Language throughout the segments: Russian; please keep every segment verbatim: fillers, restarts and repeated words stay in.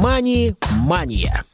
Мани-мания.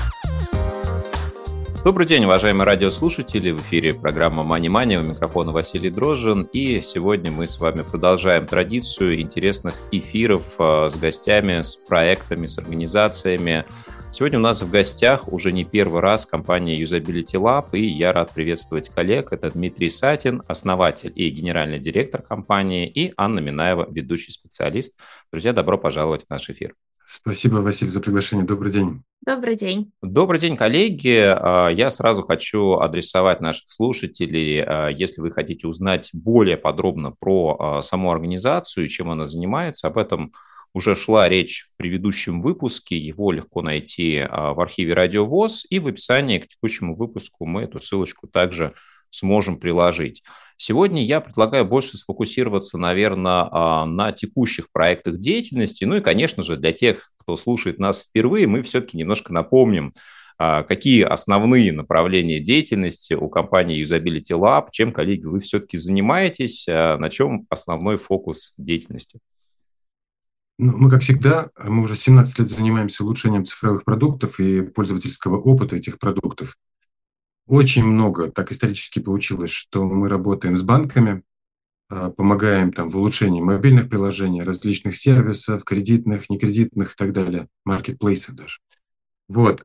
Добрый день, уважаемые радиослушатели. В эфире программа «Мани-мания». У микрофона Василий Дрожжин. И сегодня мы с вами продолжаем традицию интересных эфиров с гостями, с проектами, с организациями. Сегодня у нас в гостях уже не первый раз компания Usability Lab, и я рад приветствовать коллег. Это Дмитрий Сатин, основатель и генеральный директор компании, и Анна Минаева, ведущий специалист. Друзья, добро пожаловать в наш эфир. Спасибо, Василий, за приглашение. Добрый день. Добрый день. Добрый день, коллеги. Я сразу хочу адресовать наших слушателей. Если вы хотите узнать более подробно про саму организацию, чем она занимается, об этом уже шла речь в предыдущем выпуске. Его легко найти в архиве Радио ВОС, и в описании к текущему выпуску мы эту ссылочку также сможем приложить. Сегодня я предлагаю больше сфокусироваться, наверное, на текущих проектах деятельности. Ну и, конечно же, для тех, кто слушает нас впервые, мы все-таки немножко напомним, какие основные направления деятельности у компании Usability Lab, чем, коллеги, вы все-таки занимаетесь, на чем основной фокус деятельности. Ну, мы, как всегда, мы уже семнадцать лет занимаемся улучшением цифровых продуктов и пользовательского опыта этих продуктов. Очень много, так исторически получилось, что мы работаем с банками, помогаем там в улучшении мобильных приложений, различных сервисов, кредитных, некредитных и так далее, маркетплейсов даже. Вот.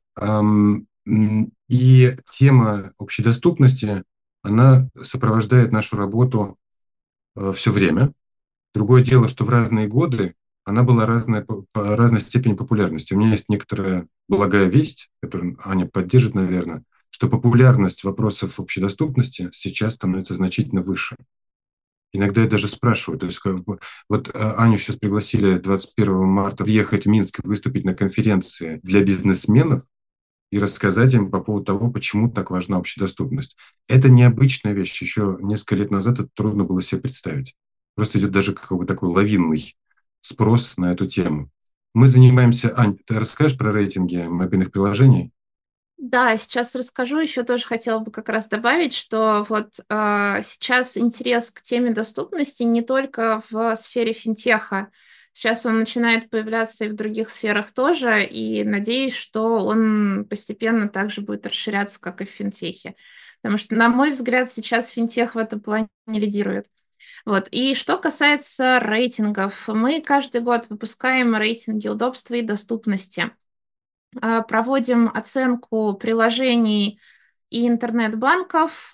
И тема общедоступности, она сопровождает нашу работу все время. Другое дело, что в разные годы она была разная, по разной степени популярности. У меня есть некоторая благая весть, которую Аня поддержит, наверное, что популярность вопросов общедоступности сейчас становится значительно выше. Иногда я даже спрашиваю, то есть как бы, вот Аню сейчас пригласили двадцать первого марта въехать в Минск и выступить на конференции для бизнесменов и рассказать им по поводу того, почему так важна общедоступность. Это необычная вещь. Еще несколько лет назад это трудно было себе представить. Просто идет даже какой-то такой лавинный спрос на эту тему. Мы занимаемся... Ань, ты расскажешь про рейтинги мобильных приложений? Да, сейчас расскажу. Еще тоже хотела бы как раз добавить, что вот э, сейчас интерес к теме доступности не только в сфере финтеха. Сейчас он начинает появляться и в других сферах тоже, и надеюсь, что он постепенно также будет расширяться, как и в финтехе. Потому что, на мой взгляд, сейчас финтех в этом плане лидирует. Вот. И что касается рейтингов, мы каждый год выпускаем рейтинги удобства и доступности. Проводим оценку приложений и интернет-банков.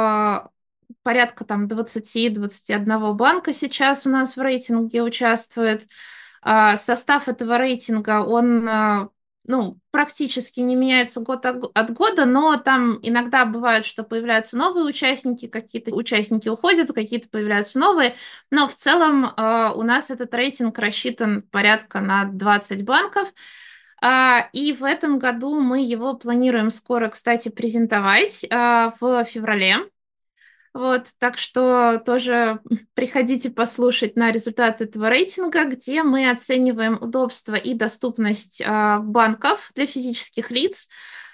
Порядка там двадцать-двадцать один банка сейчас у нас в рейтинге участвует. Состав этого рейтинга, он ну, практически не меняется год от года, но там иногда бывает, что появляются новые участники, какие-то участники уходят, какие-то появляются новые, но в целом у нас этот рейтинг рассчитан порядка на двадцать банков. И в этом году мы его планируем скоро, кстати, презентовать в феврале. Вот, так что тоже приходите послушать на результаты этого рейтинга, где мы оцениваем удобство и доступность банков для физических лиц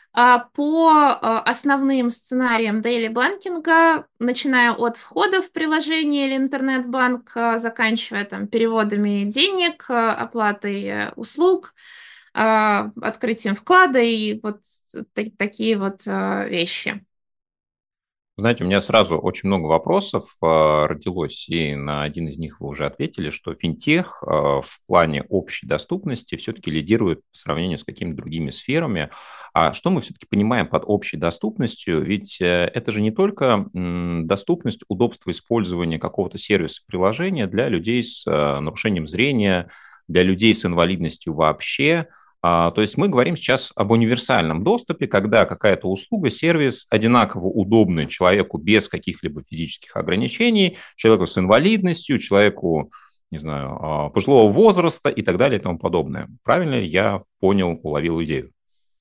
по основным сценариям дейли-банкинга, начиная от входа в приложение или интернет-банк, заканчивая там переводами денег, оплатой услуг, открытием вклада и вот такие вот вещи. Знаете, у меня сразу очень много вопросов родилось, и на один из них вы уже ответили, что финтех в плане общей доступности все-таки лидирует по сравнению с какими-то другими сферами. А что мы все-таки понимаем под общей доступностью? Ведь это же не только доступность, удобство использования какого-то сервиса, приложения для людей с нарушением зрения, для людей с инвалидностью вообще. То есть мы говорим сейчас об универсальном доступе, когда какая-то услуга, сервис одинаково удобный человеку без каких-либо физических ограничений, человеку с инвалидностью, человеку, не знаю, пожилого возраста и так далее и тому подобное. Правильно я понял, уловил идею?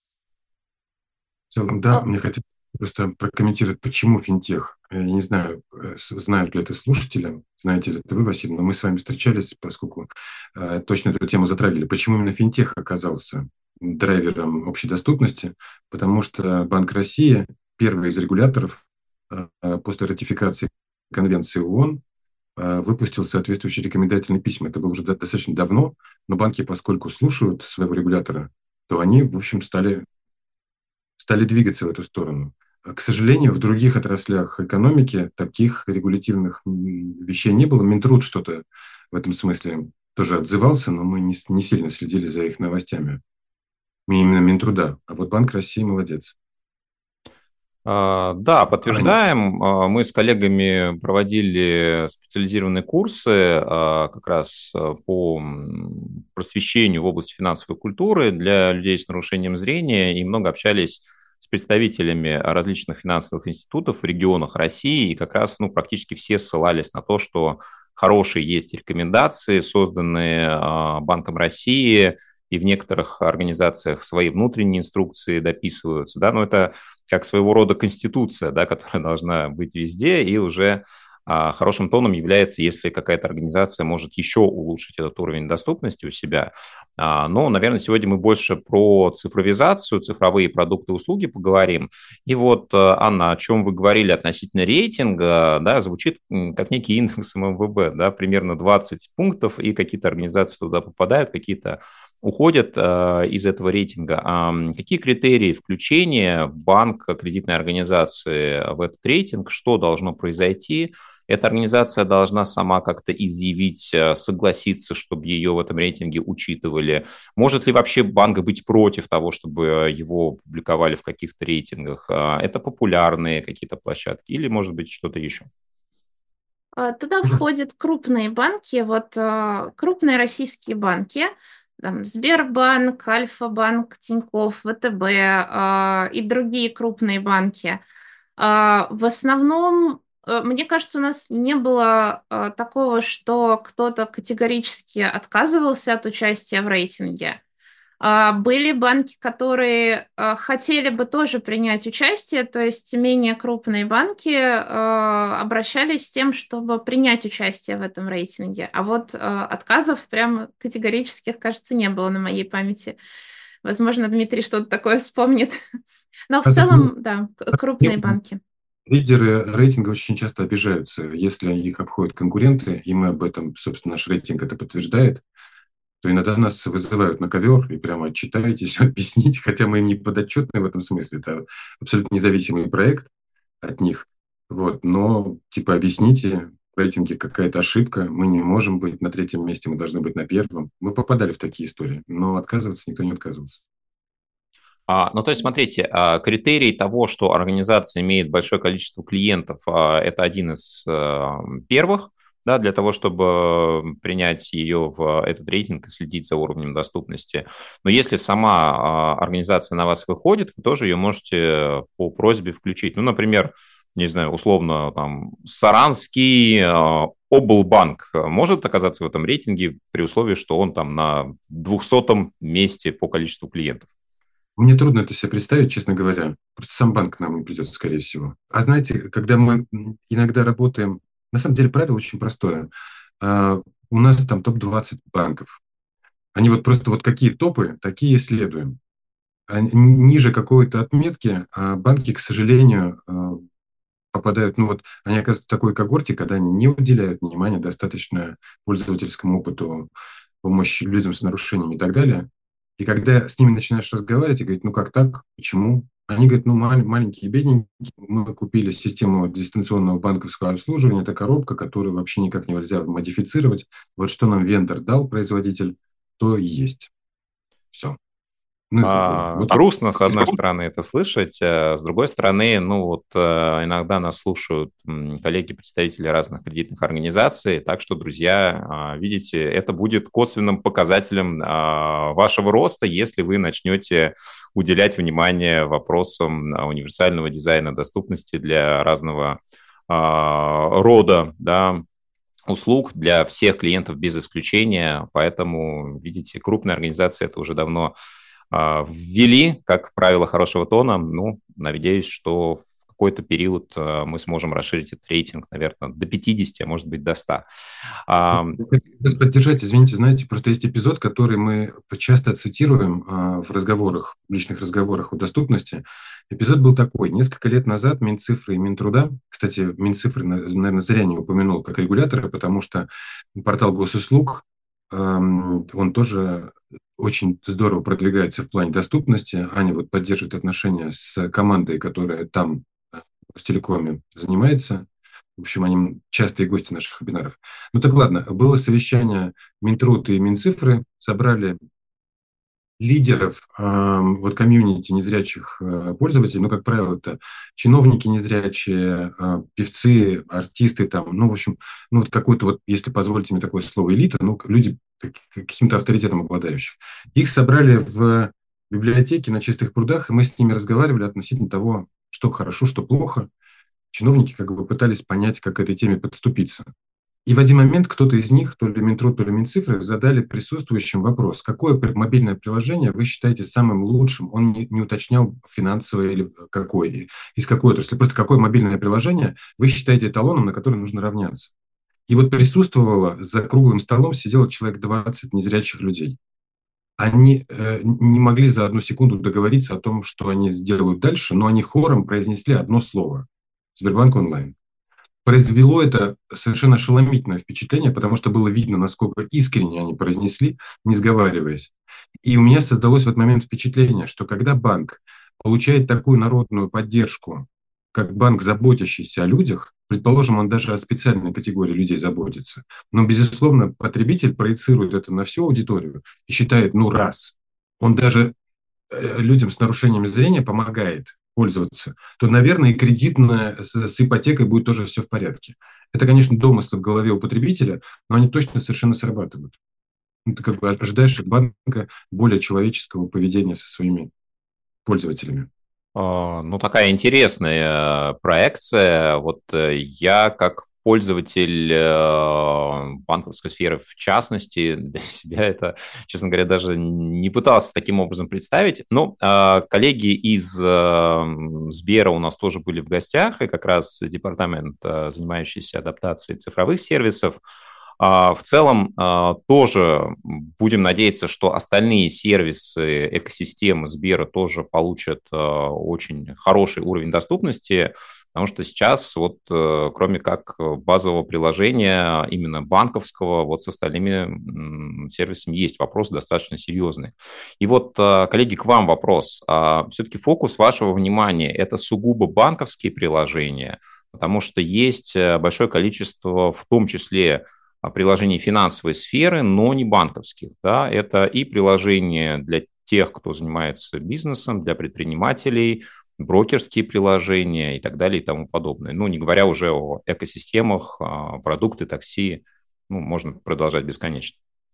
В целом, да, мне хотелось просто прокомментировать, почему финтех. Я не знаю, знают ли это слушатели, знаете ли это вы, Василий, но мы с вами встречались, поскольку э, точно эту тему затрагивали. Почему именно финтех оказался драйвером общей доступности? Потому что Банк России, первый из регуляторов, э, после ратификации Конвенции ООН, э, выпустил соответствующие рекомендательные письма. Это было уже достаточно давно, но банки, поскольку слушают своего регулятора, то они, в общем, стали, стали двигаться в эту сторону. К сожалению, в других отраслях экономики таких регулятивных вещей не было. Минтруд что-то в этом смысле тоже отзывался, но мы не, не сильно следили за их новостями. Именно Минтруда. А вот Банк России молодец. Да, подтверждаем. Мы с коллегами проводили специализированные курсы как раз по просвещению в области финансовой культуры для людей с нарушением зрения и много общались с представителями различных финансовых институтов в регионах России, и как раз ну, практически все ссылались на то, что хорошие есть рекомендации, созданные Банком России, и в некоторых организациях свои внутренние инструкции дописываются, да, но это как своего рода конституция, да, которая должна быть везде, и уже а, хорошим тоном является, если какая-то организация может еще улучшить этот уровень доступности у себя. А, но, наверное, сегодня мы больше про цифровизацию, цифровые продукты и услуги поговорим. И вот, Анна, о чем вы говорили относительно рейтинга, да, звучит как некий индекс эм эм вэ бэ, да, примерно двадцать пунктов, и какие-то организации туда попадают, какие-то уходят э, из этого рейтинга. А какие критерии включения банка, кредитной организации в этот рейтинг? Что должно произойти? Эта организация должна сама как-то изъявить, согласиться, чтобы ее в этом рейтинге учитывали. Может ли вообще банк быть против того, чтобы его публиковали в каких-то рейтингах? Это популярные какие-то площадки или, может быть, что-то еще? Туда входят крупные банки, вот крупные российские банки, там, Сбербанк, Альфа-банк, Тинькофф, вэ тэ бэ э, и другие крупные банки. Э, в основном, э, мне кажется, у нас не было э, такого, что кто-то категорически отказывался от участия в рейтинге. Э, были банки, которые э, хотели бы тоже принять участие, то есть менее крупные банки э, обращались с тем, чтобы принять участие в этом рейтинге. А вот э, отказов прям категорических, кажется, не было на моей памяти. Возможно, Дмитрий что-то такое вспомнит. Но в целом, да, крупные банки. Лидеры рейтинга очень часто обижаются, если их обходят конкуренты, и мы об этом, собственно, наш рейтинг это подтверждает, то иногда нас вызывают на ковер и прямо отчитаетесь, объясните, хотя мы им не подотчетны в этом смысле, это абсолютно независимый проект от них. Вот, но типа объясните, в рейтинге какая-то ошибка, мы не можем быть на третьем месте, мы должны быть на первом. Мы попадали в такие истории, но отказываться никто не отказывался. А, ну, то есть, смотрите, критерий того, что организация имеет большое количество клиентов, это один из первых, да, для того, чтобы принять ее в этот рейтинг и следить за уровнем доступности. Но если сама организация на вас выходит, вы тоже ее можете по просьбе включить. Ну, например, не знаю, условно, там, Саранский облбанк может оказаться в этом рейтинге при условии, что он там на двухсотом месте по количеству клиентов. Мне трудно это себе представить, честно говоря. Просто сам банк нам не придет, скорее всего. А знаете, когда мы иногда работаем, на самом деле правило очень простое. А, у нас там топ двадцать банков. Они вот просто вот какие топы, такие следуем. А ниже какой-то отметки а банки, к сожалению, попадают, ну вот они оказываются в такой когорте, когда они не уделяют внимания достаточно пользовательскому опыту, помощи людям с нарушениями и так далее. И когда с ними начинаешь разговаривать и говорить, ну как так, почему? Они говорят, ну мал- маленькие, бедненькие, мы купили систему дистанционного банковского обслуживания, это коробка, которую вообще никак нельзя модифицировать. Вот что нам вендор дал, производитель, то и есть. Все. Ну и как бы, А, вот. грустно, с одной стороны, это слышать, а с другой стороны, ну вот э, иногда нас слушают коллеги-представители разных кредитных организаций, так что, друзья, а, видите, это будет косвенным показателем а, вашего роста, если вы начнете уделять внимание вопросам универсального дизайна доступности для разного а, рода, да, услуг для всех клиентов без исключения, поэтому, видите, крупные организации это уже давно ввели как правило хорошего тона. Ну, надеюсь, что в какой-то период мы сможем расширить этот рейтинг, наверное, до пятидесяти, а может быть, до ста. Хотелось поддержать, извините, знаете, просто есть эпизод, который мы часто цитируем в разговорах, в личных разговорах о доступности. Эпизод был такой. Несколько лет назад Минцифры и Минтруда, кстати, Минцифры, наверное, зря не упомянул как регулятора, потому что портал госуслуг, он тоже очень здорово продвигается в плане доступности. Аня вот поддерживает отношения с командой, которая там э, в Ростелекоме занимается. В общем, они частые гости наших вебинаров. Ну так ладно, было совещание Минтруд и Минцифры, собрали лидеров э, вот комьюнити незрячих э, пользователей, ну, как правило, это чиновники незрячие, э, певцы, артисты там, ну, в общем, ну, вот какой-то вот, если позволите мне такое слово, элита, ну, люди как- каким-то авторитетом обладающих. Их собрали в библиотеке на Чистых прудах, и мы с ними разговаривали относительно того, что хорошо, что плохо. Чиновники как бы пытались понять, как к этой теме подступиться. И в один момент кто-то из них, то ли Минтруд, то ли Минцифры, задали присутствующим вопрос: какое при- мобильное приложение вы считаете самым лучшим? Он не, не уточнял финансовое или какое, из какой отрасли. Просто какое мобильное приложение вы считаете эталоном, на который нужно равняться. И вот присутствовало за круглым столом, сидело человек двадцать незрячих людей. Они э, не могли за одну секунду договориться о том, что они сделают дальше, но они хором произнесли одно слово: Сбербанк онлайн. Произвело это совершенно ошеломительное впечатление, потому что было видно, насколько искренне они произнесли, не сговариваясь. И у меня создалось в этот момент впечатление, что когда банк получает такую народную поддержку, как банк, заботящийся о людях, предположим, он даже о специальной категории людей заботится, но, безусловно, потребитель проецирует это на всю аудиторию и считает, ну, раз, он даже э, людям с нарушениями зрения помогает пользоваться, то, наверное, и кредитная с, с ипотекой будет тоже все в порядке. Это, конечно, домыслы в голове у потребителя, но они точно совершенно срабатывают. Ну, ты как бы ожидаешь от банка более человеческого поведения со своими пользователями. А, Ну, такая интересная проекция. Вот э, я как пользователь э, банковской сферы в частности, для себя это, честно говоря, даже не пытался таким образом представить. Но э, коллеги из э, Сбера у нас тоже были в гостях, и как раз департамент, э, занимающийся адаптацией цифровых сервисов. А, В целом, а, тоже будем надеяться, что остальные сервисы экосистемы Сбера тоже получат а, очень хороший уровень доступности, потому что сейчас вот э, кроме как базового приложения, именно банковского, вот с остальными м, сервисами есть вопросы достаточно серьезные. И вот, а, коллеги, к вам вопрос. А, Все-таки фокус вашего внимания – это сугубо банковские приложения, потому что есть э, большое количество, в том числе, а, приложений финансовой сферы, но не банковских. Да? Это и приложения для тех, кто занимается бизнесом, для предпринимателей, брокерские приложения и так далее и тому подобное. Ну, не говоря уже о экосистемах, а, продукты, такси, ну, можно продолжать бесконечно.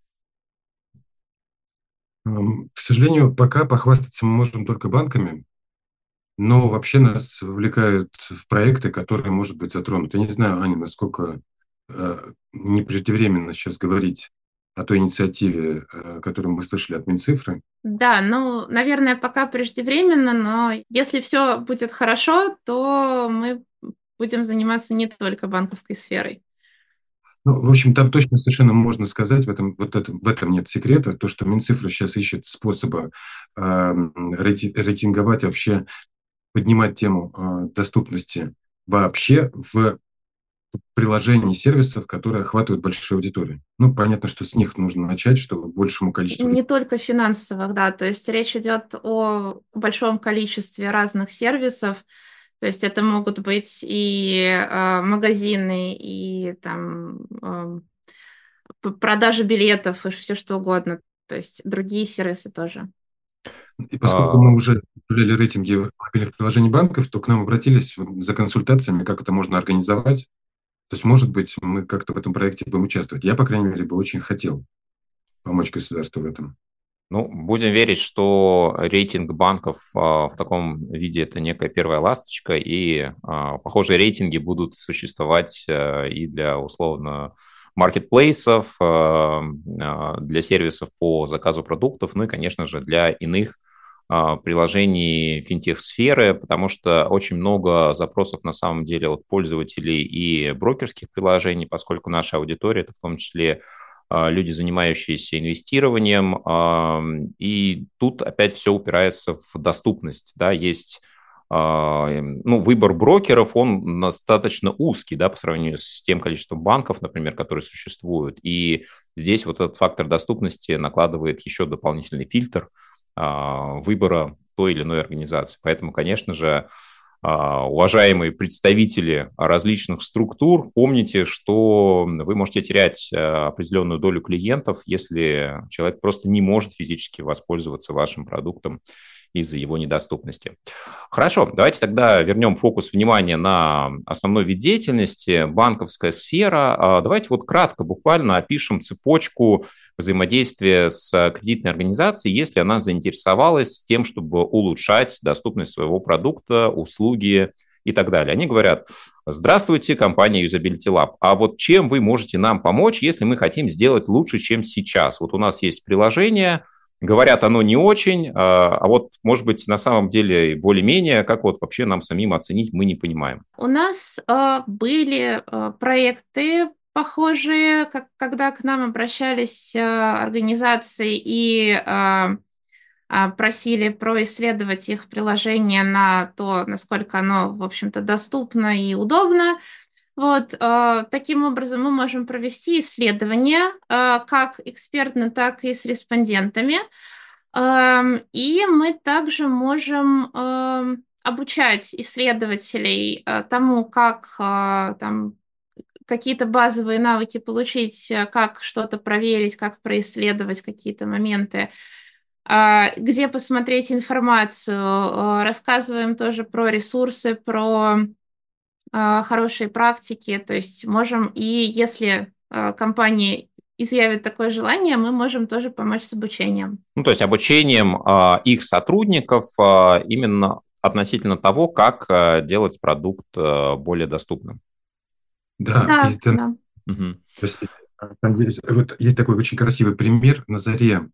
К сожалению, пока похвастаться мы можем только банками, но вообще нас вовлекают в проекты, которые, может быть, затронут. Я не знаю, Аня, насколько э, не преждевременно сейчас говорить о той инициативе, э, которую мы слышали от Минцифры. Да, ну, наверное, пока преждевременно, но если все будет хорошо, то мы будем заниматься не только банковской сферой. Ну, в общем, там точно совершенно можно сказать, в этом, вот это, в этом нет секрета, то, что Минцифра сейчас ищет способа э, рейтинг- рейтинговать вообще, поднимать тему э, доступности вообще в приложений, сервисов, которые охватывают большую аудиторию. Ну, понятно, что с них нужно начать, чтобы большему количеству Не людей. только финансовых, да, то есть речь идет о большом количестве разных сервисов, то есть это могут быть и э, магазины, и там э, п- продажа билетов, и все что угодно, то есть другие сервисы тоже. И поскольку А, мы уже объявляли рейтинги мобильных приложений банков, то к нам обратились вот за консультациями, как это можно организовать. То есть, может быть, мы как-то в этом проекте будем участвовать. Я, по крайней мере, бы очень хотел помочь государству в этом. Ну, будем верить, что рейтинг банков а, в таком виде – это некая первая ласточка, и а, похожие рейтинги будут существовать а, и для, условно, маркетплейсов, а, а, для сервисов по заказу продуктов, ну и, конечно же, для иных а, приложений финтех-сферы, потому что очень много запросов на самом деле от пользователей и брокерских приложений, поскольку наша аудитория – это в том числе а, люди, занимающиеся инвестированием. а, И тут опять все упирается в доступность. Да, есть ну, выбор брокеров, он достаточно узкий, да, по сравнению с тем количеством банков, например, которые существуют. И здесь вот этот фактор доступности накладывает еще дополнительный фильтр выбора той или иной организации. Поэтому, конечно же, уважаемые представители различных структур, помните, что вы можете терять определенную долю клиентов, если человек просто не может физически воспользоваться вашим продуктом из-за его недоступности. Хорошо, давайте тогда вернем фокус внимания на основной вид деятельности, банковская сфера. Давайте вот кратко, буквально опишем цепочку взаимодействия с кредитной организацией, если она заинтересовалась тем, чтобы улучшать доступность своего продукта, услуги и так далее. Они говорят: здравствуйте, компания Usability Lab. А вот чем вы можете нам помочь, если мы хотим сделать лучше, чем сейчас? Вот у нас есть приложение, говорят, оно не очень, а вот, может быть, на самом деле более-менее, как вот вообще нам самим оценить, мы не понимаем. У нас э, были э, проекты похожие, как, когда к нам обращались э, организации и э, э, просили происследовать их приложение на то, насколько оно, в общем-то, доступно и удобно. Вот, э, таким образом мы можем провести исследования, э, как экспертно, так и с респондентами. Эм, И мы также можем эм, обучать исследователей э, тому, как э, там какие-то базовые навыки получить, э, как что-то проверить, как происследовать какие-то моменты, а, где посмотреть информацию. Э, Рассказываем тоже про ресурсы, про э, хорошие практики. То есть можем, и если э, компания изъявит такое желание, мы можем тоже помочь с обучением. Ну, то есть обучением а, их сотрудников а, именно относительно того, как а, делать продукт а, более доступным. Да, и Да, там, да. Мгм. то есть, а, там есть, вот есть такой очень красивый пример на заре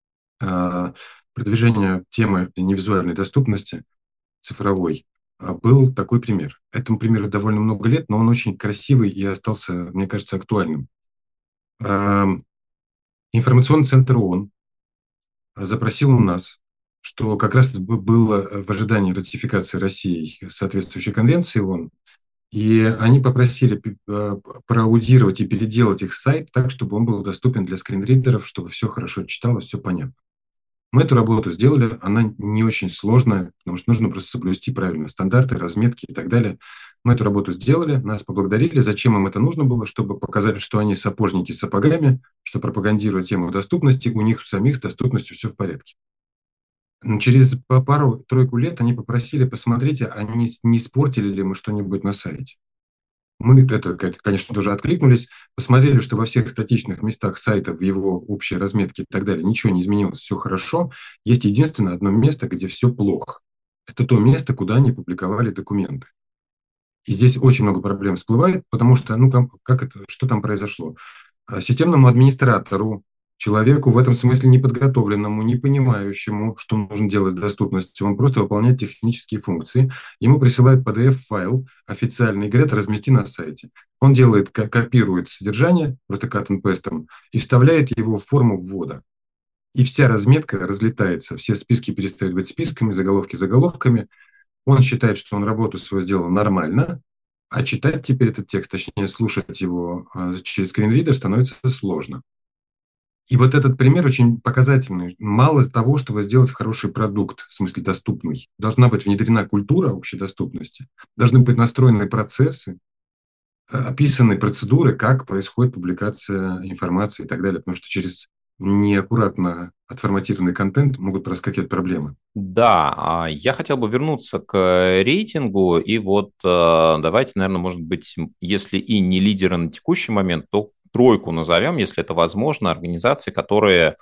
а, продвижения темы невизуальной доступности цифровой. а, Был такой пример. Этому примеру довольно много лет, но он очень красивый и остался, мне кажется, актуальным. Ам, Информационный центр ООН запросил у нас, что как раз б- было в ожидании ратификации Россией соответствующей конвенции ООН, и они попросили пи- э, проаудировать и переделать их сайт так, чтобы он был доступен для скринридеров, чтобы все хорошо читалось, все понятно. Мы эту работу сделали, она не очень сложная, потому что нужно просто соблюсти правильные стандарты, разметки и так далее. Мы эту работу сделали, нас поблагодарили. Зачем им это нужно было? Чтобы показать, что они сапожники с сапогами, что пропагандируя тему доступности, у них самих с доступностью все в порядке. Но через па- пару-тройку лет они попросили, посмотрите, а не, не испортили ли мы что-нибудь на сайте. Мы это, конечно, тоже откликнулись, посмотрели, что во всех статичных местах сайта, в его общей разметке и так далее, ничего не изменилось, все хорошо. Есть единственное одно место, где все плохо. Это то место, куда они публиковали документы. И здесь очень много проблем всплывает, потому что, ну, как, как это, что там произошло? А Системному администратору, человеку в этом смысле неподготовленному, не понимающему, что нужно делать с доступностью, он просто выполняет технические функции, ему присылают пи ди эф-файл официальный и говорят: размести на сайте. Он делает, ко- копирует содержание, просто cut and paste, и вставляет его в форму ввода. И вся разметка разлетается, все списки перестают быть списками, заголовки заголовками. Он считает, что он работу свою сделал нормально, а читать теперь этот текст, точнее слушать его а, через скринридер становится сложно. И вот этот пример очень показательный. Мало того, чтобы сделать хороший продукт, в смысле доступный, должна быть внедрена культура общедоступности, должны быть настроены процессы, э, описаны процедуры, как происходит публикация информации и так далее, потому что через неаккуратно отформатированный контент могут проскакивать проблемы. Да, а я хотел бы вернуться к рейтингу, и вот э, давайте, наверное, может быть, м, если и не лидеры на текущий момент, то тройку назовем, если это возможно, организации, которые,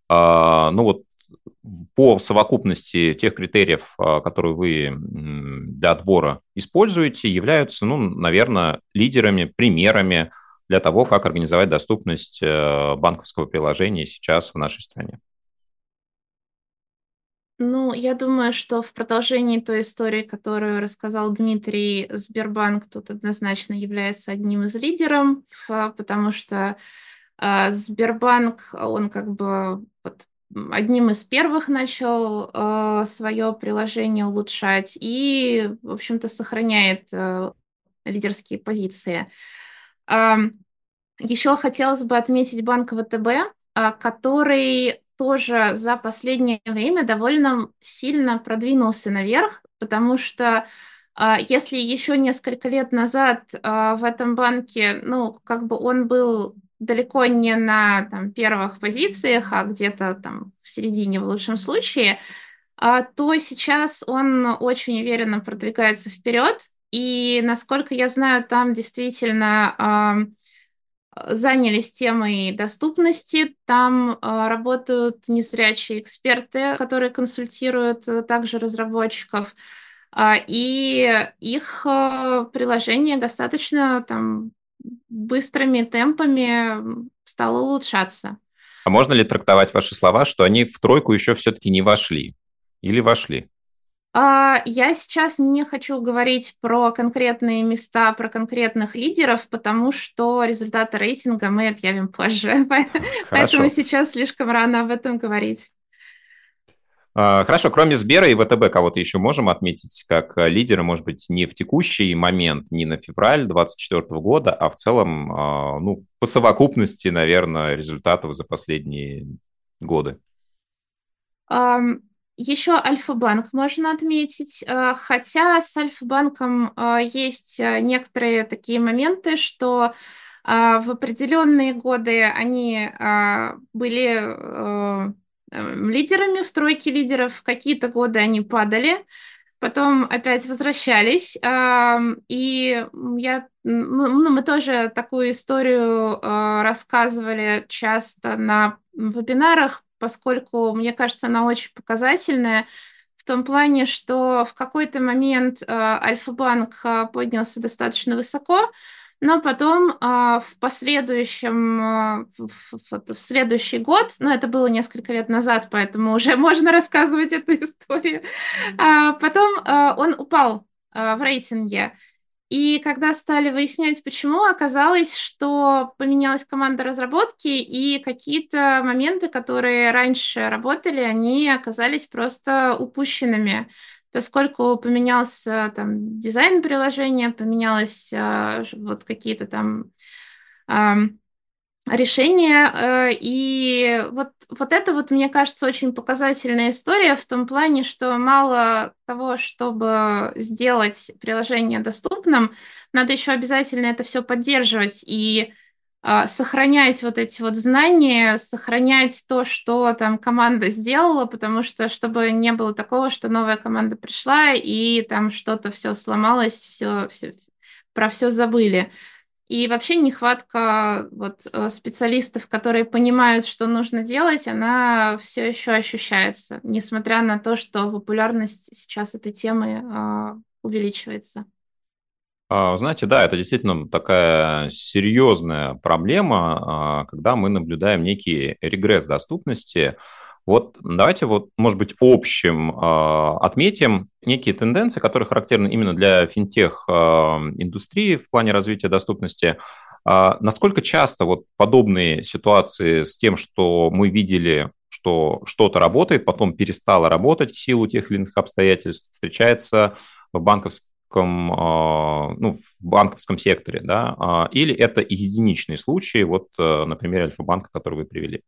а, ну вот, в- по совокупности тех критериев, а, которые вы м, для отбора используете, являются, ну, наверное, лидерами, примерами для того, как организовать доступность э, банковского приложения сейчас в нашей стране. Ну, я думаю, что в продолжении той истории, которую рассказал Дмитрий, Сбербанк тут однозначно является одним из лидеров, а, потому что а, Сбербанк, он как бы вот одним из первых начал э, свое приложение улучшать и, в общем-то, сохраняет э, лидерские позиции. Ам, Еще хотелось бы отметить банк вэ тэ бэ, а, который тоже за последнее время довольно сильно продвинулся наверх, потому что а, если еще несколько лет назад а, в этом банке, ну, как бы он был далеко не на там, первых позициях, а где-то там в середине в лучшем случае, а, то сейчас он очень уверенно продвигается вперед. И, насколько я знаю, там действительно ам, занялись темой доступности. Там а, работают незрячие эксперты, которые консультируют а, также разработчиков. А, и их а, приложение достаточно там быстрыми темпами стало улучшаться. А можно ли трактовать ваши слова, что они в тройку еще все-таки не вошли? Или вошли? А, Я сейчас не хочу говорить про конкретные места, про конкретных лидеров, потому что результаты рейтинга мы объявим позже. Поэтому Хорошо. сейчас слишком рано об этом говорить. А, Хорошо, кроме Сбера и вэ тэ бэ кого-то еще можем отметить как э, лидера, может быть, не в текущий момент, не на февраль двадцать четвёртого года, а в целом, а, ну, по совокупности, наверное, результатов за последние годы. Ам, Еще Альфа-банк можно отметить, а, хотя с Альфа-банком а, есть а, некоторые такие моменты, что а, в определенные годы они а, были а, эм, лидерами в тройке лидеров, в какие-то годы они падали, потом опять возвращались. ам, И я, м, ну, мы тоже такую историю а, рассказывали часто на вебинарах, поскольку, мне кажется, она очень показательная в том плане, что в какой-то момент а, Альфа-банк а, поднялся достаточно высоко, но потом а, в последующем, а, в, в- в следующий год, ну, это было несколько лет назад, поэтому уже можно рассказывать эту историю, а потом а, он упал а, в рейтинге. И когда стали выяснять, почему, оказалось, что поменялась команда разработки, и какие-то моменты, которые раньше работали, они оказались просто упущенными, поскольку поменялся там дизайн приложения, поменялось а, вот какие-то там ам, решение. э, И вот, вот это вот, мне кажется, очень показательная история в том плане, что мало того, чтобы сделать приложение доступным, надо еще обязательно это все поддерживать и а, сохранять вот эти вот знания, сохранять то, что там команда сделала, потому что чтобы не было такого, что новая команда пришла и там что-то все сломалось, все, все, про все забыли. И вообще нехватка вот э, специалистов, которые понимают, что нужно делать, она все еще ощущается, несмотря на то, что популярность сейчас этой темы а, увеличивается. А, Знаете, да, это действительно такая серьезная проблема, а, когда мы наблюдаем некий регресс доступности. Вот давайте вот, может быть, общим а, отметим некие тенденции, которые характерны именно для финтех-индустрии в плане развития доступности. А Насколько часто вот подобные ситуации с тем, что мы видели, что что-то работает, потом перестало работать в силу тех или иных обстоятельств, встречается в банковском, а, ну, в банковском секторе, да, а, или это единичный случай, вот э, на примере Альфа-банка, который вы привели?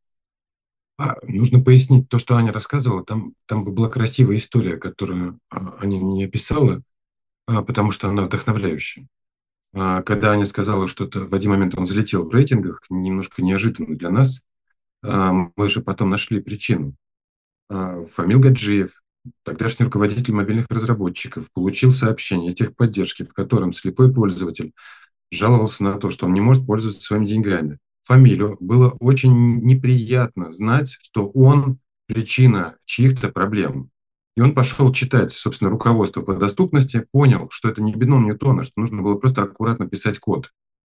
А, нужно пояснить то, что Аня рассказывала. Там, там была красивая история, которую а, Аня не описала, а, потому что она вдохновляющая. А, Когда Аня сказала, что это в один момент он взлетел в рейтингах, немножко неожиданно для нас, а, мы же потом нашли причину. А, Фамил Гаджиев, тогдашний руководитель мобильных разработчиков, получил сообщение о техподдержке, в котором слепой пользователь жаловался на то, что он не может пользоваться своими деньгами. Фамилию было очень неприятно знать, что он причина чьих-то проблем. И он пошел читать, собственно, руководство по доступности, понял, что это не бином Ньютона, что нужно было просто аккуратно писать код.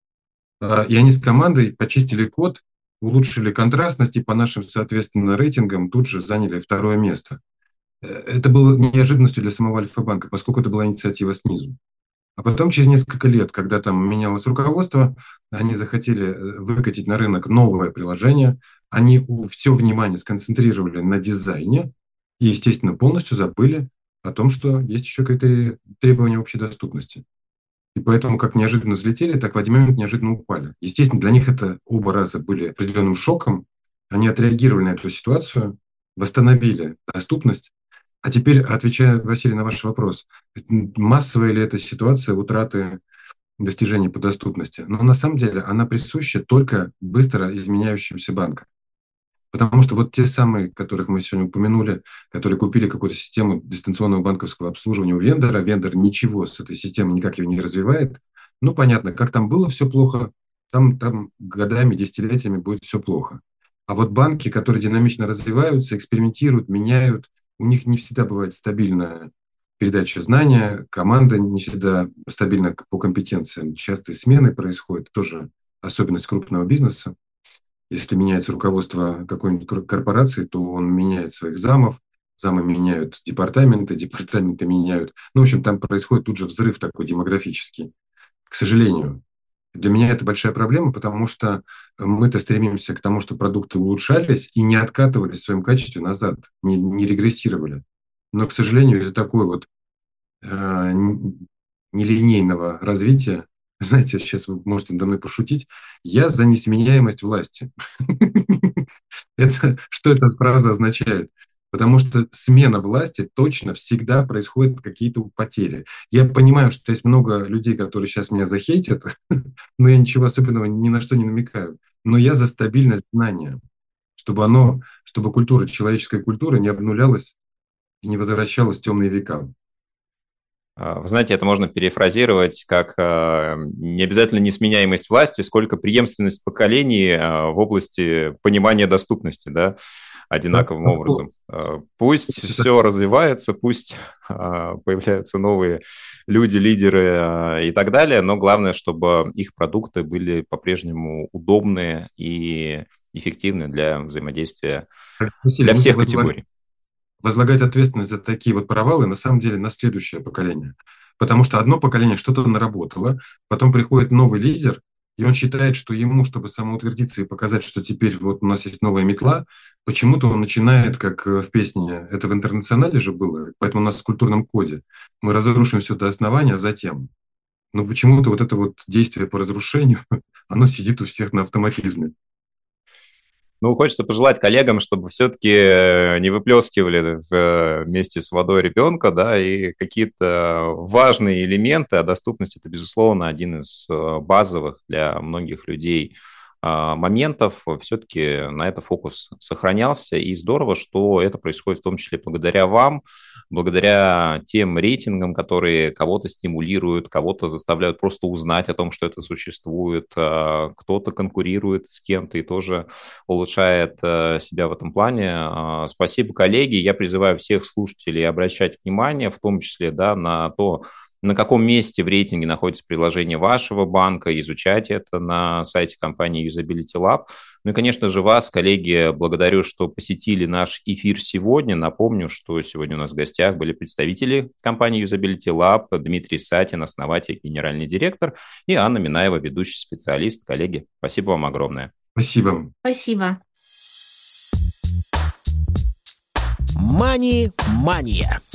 А, И они с командой почистили код, улучшили контрастность и по нашим, соответственно, рейтингам тут же заняли второе место. Э, Это было неожиданностью для самого Альфа-банка, поскольку это была инициатива снизу. А потом, через несколько лет, когда там менялось руководство, они захотели э, выкатить на рынок новое приложение, они все внимание сконцентрировали на дизайне и, естественно, полностью забыли о том, что есть еще критерии требования общей доступности. И поэтому как неожиданно взлетели, так в один момент неожиданно упали. Естественно, для них это оба раза были определенным шоком. Они отреагировали на эту ситуацию, восстановили доступность. А теперь, отвечая, Василий, на ваш вопрос, массовая ли это ситуация утраты достижений по доступности? Но на самом деле она присуща только быстро изменяющимся банкам. Потому что вот те самые, которых мы сегодня упомянули, которые купили какую-то систему дистанционного банковского обслуживания у вендора, вендор ничего с этой системой никак ее не развивает. Ну, понятно, как там было все плохо, там, там годами, десятилетиями будет все плохо. А вот банки, которые динамично развиваются, экспериментируют, меняют, у них не всегда бывает стабильная передача знания, команда не всегда стабильна по компетенциям, частые смены происходят, тоже особенность крупного бизнеса. Если меняется руководство какой-нибудь корпорации, то он меняет своих замов, замы меняют департаменты, департаменты меняют. Ну, в общем, там происходит тут же взрыв такой демографический. К сожалению, для меня это большая проблема, потому что мы-то стремимся к тому, чтобы продукты улучшались и не откатывались в своем качестве назад, не, не регрессировали. Но, к сожалению, из-за такой вот э, нелинейного развития, знаете, сейчас вы можете надо мной пошутить, я за несменяемость власти. Это, что эта фраза означает? Потому что смена власти точно всегда происходят какие-то потери. Я понимаю, что есть много людей, которые сейчас меня захейтят, но я ничего особенного ни на что не намекаю. Но я за стабильность знания, чтобы оно, чтобы культура, человеческая культура не обнулялась и не возвращалась в темные века. Вы знаете, это можно перефразировать как не обязательно несменяемость власти, сколько преемственность поколений в области понимания доступности, да, одинаковым образом. Пусть все развивается, пусть появляются новые люди, лидеры и так далее, но главное, чтобы их продукты были по-прежнему удобные и эффективны для взаимодействия для всех категорий. Возлагать ответственность за такие вот провалы на самом деле на следующее поколение. Потому что одно поколение что-то наработало, потом приходит новый лидер, и он считает, что ему, чтобы самоутвердиться и показать, что теперь вот у нас есть новая метла, почему-то он начинает, как в песне, это в «Интернационале» же было, поэтому у нас в культурном коде, мы разрушим все до основания, а затем. Но почему-то вот это вот действие по разрушению, оно сидит у всех на автоматизме. Ну, хочется пожелать коллегам, чтобы все-таки не выплескивали вместе с водой ребенка, да, и какие-то важные элементы, а доступность – это, безусловно, один из базовых для многих людей моментов, все-таки на это фокус сохранялся, и здорово, что это происходит в том числе благодаря вам, благодаря тем рейтингам, которые кого-то стимулируют, кого-то заставляют просто узнать о том, что это существует, кто-то конкурирует с кем-то и тоже улучшает себя в этом плане. Спасибо, коллеги. Я призываю всех слушателей обращать внимание, в том числе, да, на то, на каком месте в рейтинге находится приложение вашего банка, изучать это на сайте компании Usability Lab. Ну и, конечно же, вас, коллеги, благодарю, что посетили наш эфир сегодня. Напомню, что сегодня у нас в гостях были представители компании Usability Lab, Дмитрий Сатин, основатель, генеральный директор, и Анна Минаева, ведущий специалист. Коллеги, спасибо вам огромное. Спасибо. Спасибо. Мани-мания.